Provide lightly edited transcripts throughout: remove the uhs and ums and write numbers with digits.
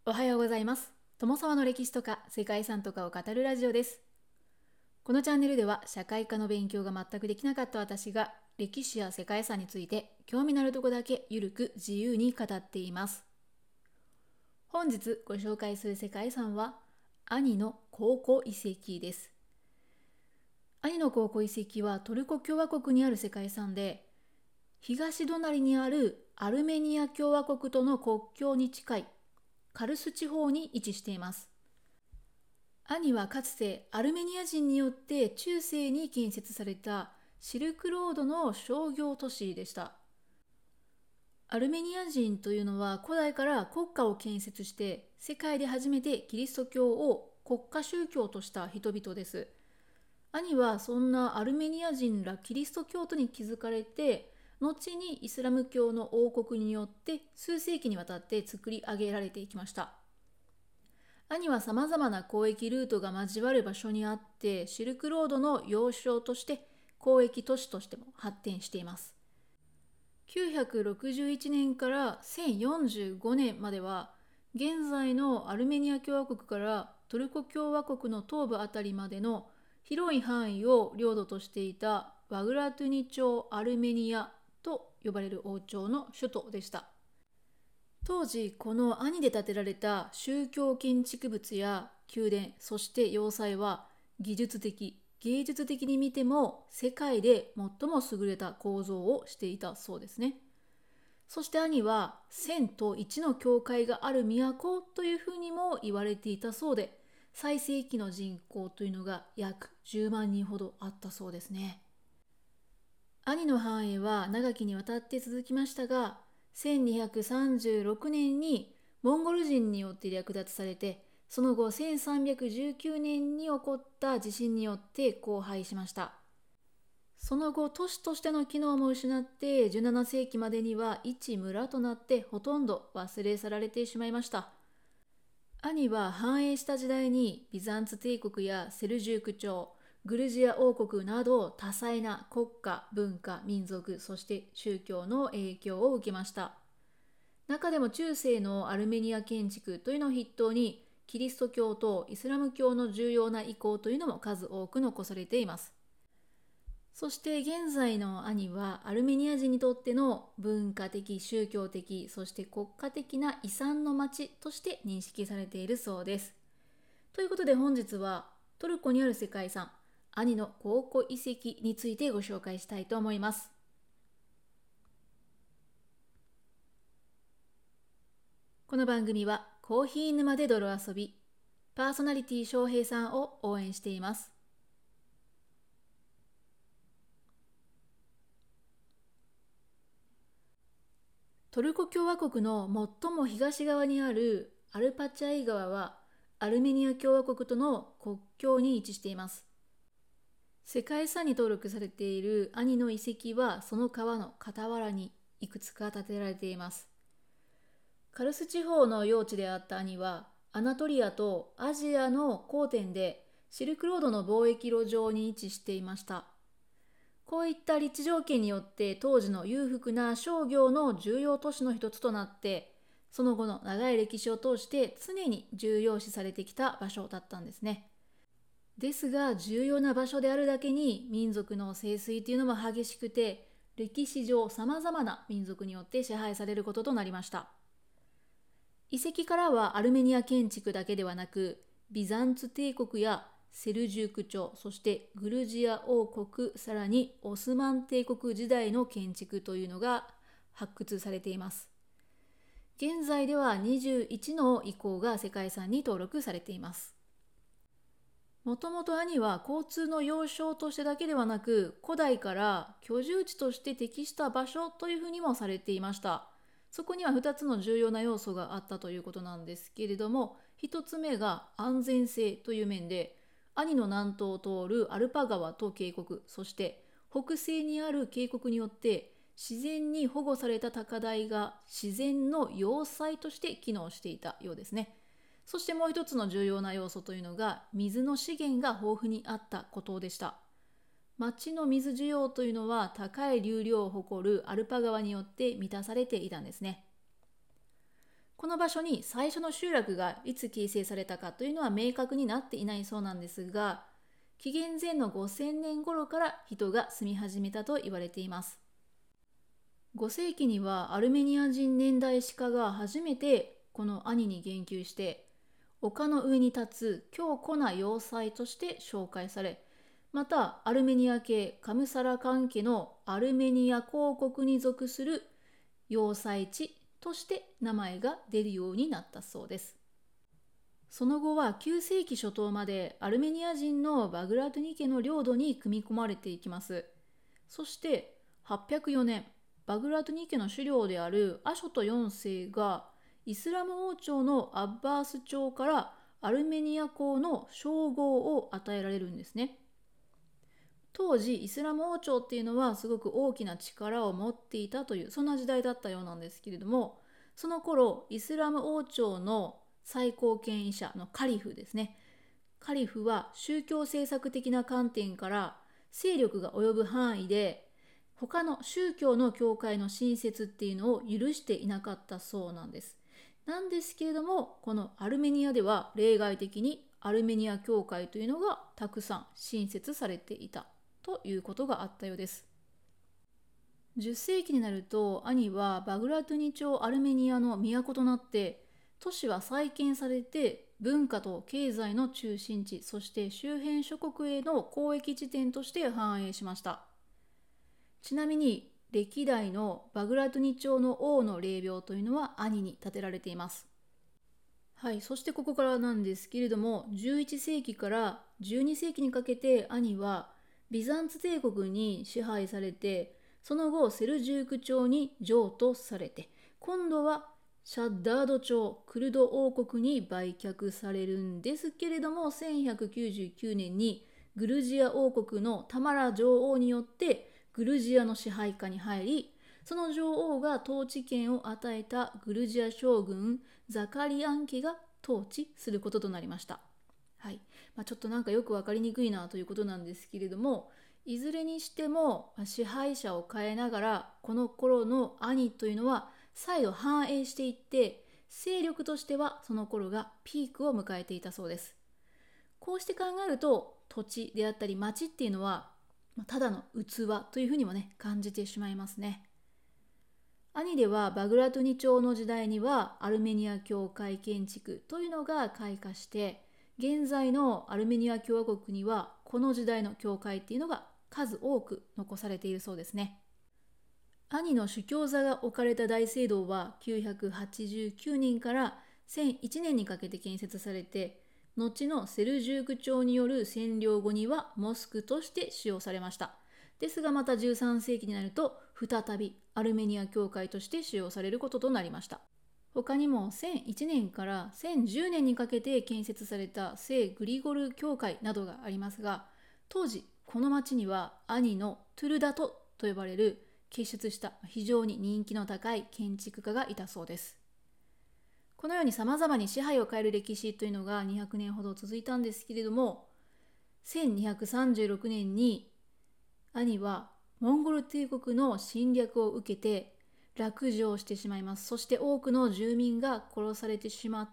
おはようございます。友沢の歴史とか世界遺産とかを語るラジオです。このチャンネルでは社会科の勉強が全くできなかった私が歴史や世界遺産について興味のあるところだけゆるく自由に語っています。本日ご紹介する世界遺産は兄の考古遺跡です。兄の考古遺跡はトルコ共和国にある世界遺産で、東隣にあるアルメニア共和国との国境に近いカルス地方に位置しています。兄はかつてアルメニア人によって中世に建設されたシルクロードの商業都市でした。アルメニア人というのは古代から国家を建設して世界で初めてキリスト教を国家宗教とした人々です。兄はそんなアルメニア人らキリスト教徒に築かれて、後にイスラム教の王国によって数世紀にわたって作り上げられていきました。兄はさまざまな交易ルートが交わる場所にあって、シルクロードの要衝として交易都市としても発展しています。961年から1045年までは、現在のアルメニア共和国からトルコ共和国の東部あたりまでの広い範囲を領土としていたバグラトゥニ朝アルメニアと呼ばれる王朝の首都でした。当時この兄で建てられた宗教建築物や宮殿、そして要塞は技術的、芸術的に見ても世界で最も優れた構造をしていたそうですね。そして兄は1000と1の教会がある都というふうにも言われていたそうで、最盛期の人口というのが約10万人ほどあったそうですね。兄の繁栄は長きにわたって続きましたが、1236年にモンゴル人によって略奪されて、その後1319年に起こった地震によって荒廃しました。その後都市としての機能も失って17世紀までには一村となってほとんど忘れ去られてしまいました。兄は繁栄した時代にビザンツ帝国やセルジューク朝、グルジア王国など多彩な国家、文化、民族、そして宗教の影響を受けました。中でも中世のアルメニア建築というのを筆頭にキリスト教とイスラム教の重要な遺構というのも数多く残されています。そして現在の兄はアルメニア人にとっての文化的、宗教的、そして国家的な遺産の町として認識されているそうです。ということで本日はトルコにある世界遺産、兄の考古遺跡についてご紹介したいと思います。この番組はコーヒー沼で泥遊び、パーソナリティ翔平さんを応援しています。トルコ共和国の最も東側にあるアルパチャイ川はアルメニア共和国との国境に位置しています。世界遺産に登録されている兄の遺跡はその川の傍らにいくつか建てられています。カルス地方の用地であった兄はアナトリアとアジアの交点でシルクロードの貿易路上に位置していました。こういった立地条件によって当時の裕福な商業の重要都市の一つとなって、その後の長い歴史を通して常に重要視されてきた場所だったんですね。ですが重要な場所であるだけに民族の盛衰というのも激しくて、歴史上さまざまな民族によって支配されることとなりました。遺跡からはアルメニア建築だけではなく、ビザンツ帝国やセルジューク朝、そしてグルジア王国、さらにオスマン帝国時代の建築というのが発掘されています。現在では21の遺構が世界遺産に登録されています。もともと兄は交通の要衝としてだけではなく、古代から居住地として適した場所というふうにもされていました。そこには2つの重要な要素があったということなんですけれども、1つ目が安全性という面で、兄の南東を通るアルパ川と渓谷、そして北西にある渓谷によって自然に保護された高台が自然の要塞として機能していたようですね。そしてもう一つの重要な要素というのが水の資源が豊富にあったことでした。町の水需要というのは高い流量を誇るアルパ川によって満たされていたんですね。 この場所に最初の集落がいつ形成されたかというのは明確になっていないそうなんですが、紀元前の5000年頃から人が住み始めたと言われています。5世紀にはアルメニア人年代史家が初めてこの兄に言及して、丘の上に立つ強固な要塞として紹介され、またアルメニア系カムサラカン家のアルメニア公国に属する要塞地として名前が出るようになったそうです。その後は9世紀初頭までアルメニア人のバグラトゥニ家の領土に組み込まれていきます。そして804年、バグラトゥニ家の首領であるアショト4世がイスラム王朝のアッバース朝からアルメニア公の称号を与えられるんですね。当時イスラム王朝っていうのはすごく大きな力を持っていたというそんな時代だったようなんですけれども、その頃イスラム王朝の最高権威者のカリフですね。カリフは宗教政策的な観点から勢力が及ぶ範囲で他の宗教の教会の新設っていうのを許していなかったそうなんです。なんですけれども、このアルメニアでは例外的にアルメニア教会というのがたくさん新設されていたということがあったようです。10世紀になると兄はバグラトゥニ朝アルメニアの都となって、都市は再建されて文化と経済の中心地、そして周辺諸国への交易地点として繁栄しました。ちなみに歴代のバグラトゥニ朝の王の霊廟というのは兄に建てられています。はい、そしてここからなんですけれども、11世紀から12世紀にかけて兄はビザンツ帝国に支配されて、その後セルジューク朝に譲渡されて、今度はシャッダード朝クルド王国に売却されるんですけれども、1199年にグルジア王国のタマラ女王によってグルジアの支配下に入り、その女王が統治権を与えたグルジア将軍ザカリアン家が統治することとなりました。はい、ちょっとなんかよく分かりにくいなということなんですけれども、いずれにしても支配者を変えながらこの頃の兄というのは再度繁栄していって、勢力としてはその頃がピークを迎えていたそうです。こうして考えると土地であったり町っていうのはただの器というふうにもね感じてしまいますね。兄ではバグラトゥニ朝の時代にはアルメニア教会建築というのが開花して、現在のアルメニア共和国にはこの時代の教会っていうのが数多く残されているそうですね。兄の主教座が置かれた大聖堂は989年から1001年にかけて建設されて、後のセルジューク朝による占領後にはモスクとして使用されました。ですがまた13世紀になると再びアルメニア教会として使用されることとなりました。他にも1001年から1010年にかけて建設された聖グリゴル教会などがありますが、当時この町には兄のトゥルダトと呼ばれる傑出した非常に人気の高い建築家がいたそうです。このように様々に支配を変える歴史というのが200年ほど続いたんですけれども、1236年に兄はモンゴル帝国の侵略を受けて落城してしまいます。そして多くの住民が殺されてしまって、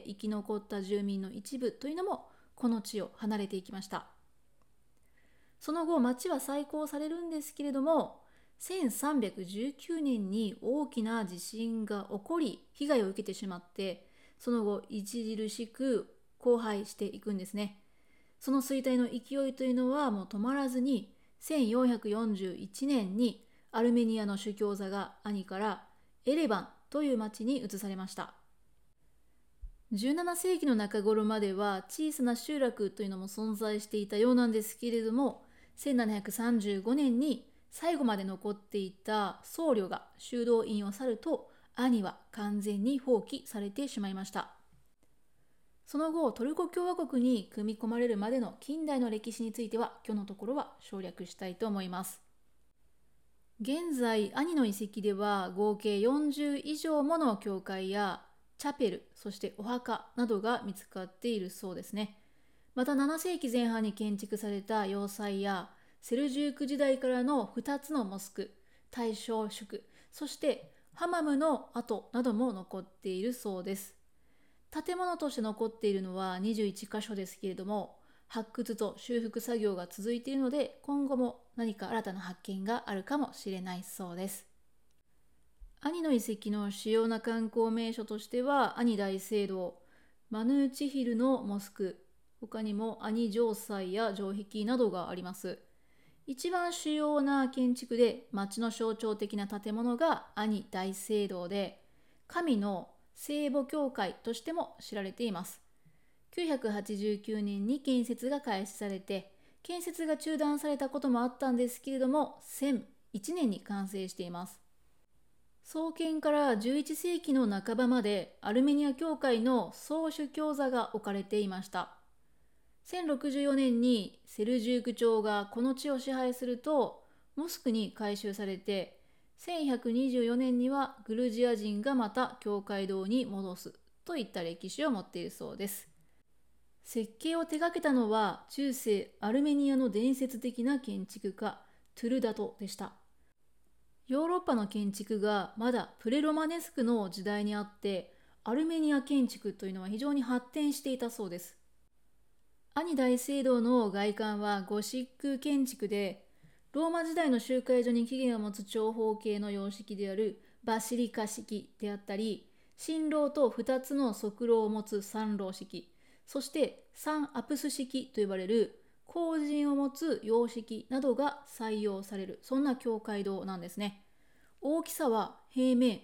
生き残った住民の一部というのもこの地を離れていきました。その後町は再興されるんですけれども、1319年に大きな地震が起こり被害を受けてしまって、その後著しく荒廃していくんですね。その衰退の勢いというのはもう止まらずに、1441年にアルメニアの主教座が兄からエレバンという町に移されました。17世紀の中頃までは小さな集落というのも存在していたようなんですけれども、1735年に最後まで残っていた僧侶が修道院を去ると、兄は完全に放棄されてしまいました。その後トルコ共和国に組み込まれるまでの近代の歴史については今日のところは省略したいと思います。現在兄の遺跡では合計40以上もの教会やチャペル、そしてお墓などが見つかっているそうですね。また7世紀前半に建築された要塞やセルジューク時代からの2つのモスク、大正宿、そしてハマムの跡なども残っているそうです。建物として残っているのは21箇所ですけれども、発掘と修復作業が続いているので、今後も何か新たな発見があるかもしれないそうです。アニの遺跡の主要な観光名所としては、アニ大聖堂、マヌーチヒルのモスク、他にもアニ城塞や城壁などがあります。一番主要な建築で町の象徴的な建物がアニ大聖堂で、神の聖母教会としても知られています。989年に建設が開始されて、建設が中断されたこともあったんですけれども、1001年に完成しています。創建から11世紀の半ばまでアルメニア教会の総主教座が置かれていました。1064年にセルジューク朝がこの地を支配すると、モスクに改修されて、1124年にはグルジア人がまた教会堂に戻すといった歴史を持っているそうです。設計を手掛けたのは中世アルメニアの伝説的な建築家トゥルダトでした。ヨーロッパの建築がまだプレロマネスクの時代にあって、アルメニア建築というのは非常に発展していたそうです。アニ大聖堂の外観はゴシック建築で、ローマ時代の集会所に起源を持つ長方形の様式であるバシリカ式であったり、神楼と2つの側楼を持つ三楼式、そして三アプス式と呼ばれる後陣を持つ様式などが採用される、そんな教会堂なんですね。大きさは平面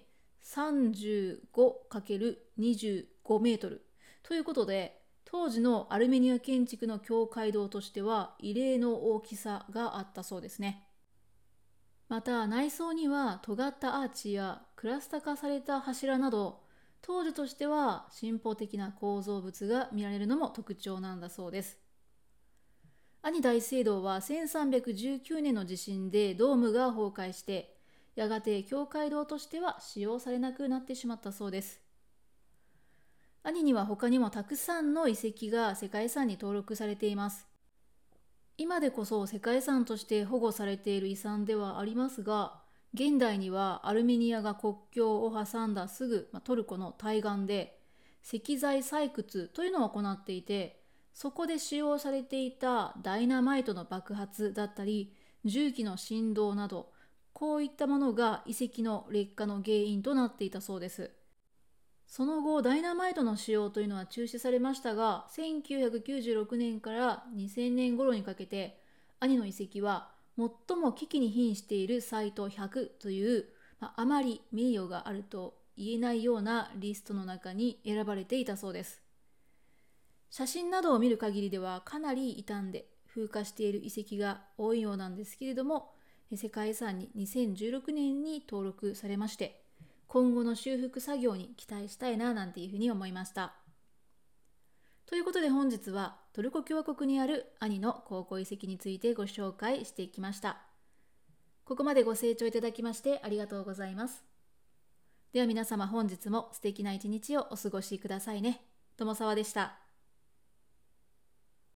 35×25 メートルということで、当時のアルメニア建築の教会堂としては異例の大きさがあったそうですね。また内装には尖ったアーチやクラスタ化された柱など、当時としては進歩的な構造物が見られるのも特徴なんだそうです。アニ大聖堂は1319年の地震でドームが崩壊して、やがて教会堂としては使用されなくなってしまったそうです。アニには他にもたくさんの遺跡が世界遺産に登録されています。今でこそ世界遺産として保護されている遺産ではありますが、現代にはアルメニアが国境を挟んだすぐトルコの対岸で石材採掘というのを行っていて、そこで使用されていたダイナマイトの爆発だったり重機の振動など、こういったものが遺跡の劣化の原因となっていたそうです。その後ダイナマイトの使用というのは中止されましたが、1996年から2000年頃にかけてアニの遺跡は最も危機に瀕しているサイト100という、あまり名誉があると言えないようなリストの中に選ばれていたそうです。写真などを見る限りではかなり傷んで風化している遺跡が多いようなんですけれども、世界遺産に2016年に登録されまして、今後の修復作業に期待したいななんていうふうに思いました。ということで本日はトルコ共和国にあるアニの考古遺跡についてご紹介してきました。ここまでご清聴いただきましてありがとうございます。では皆様、本日も素敵な一日をお過ごしくださいね。友沢でした。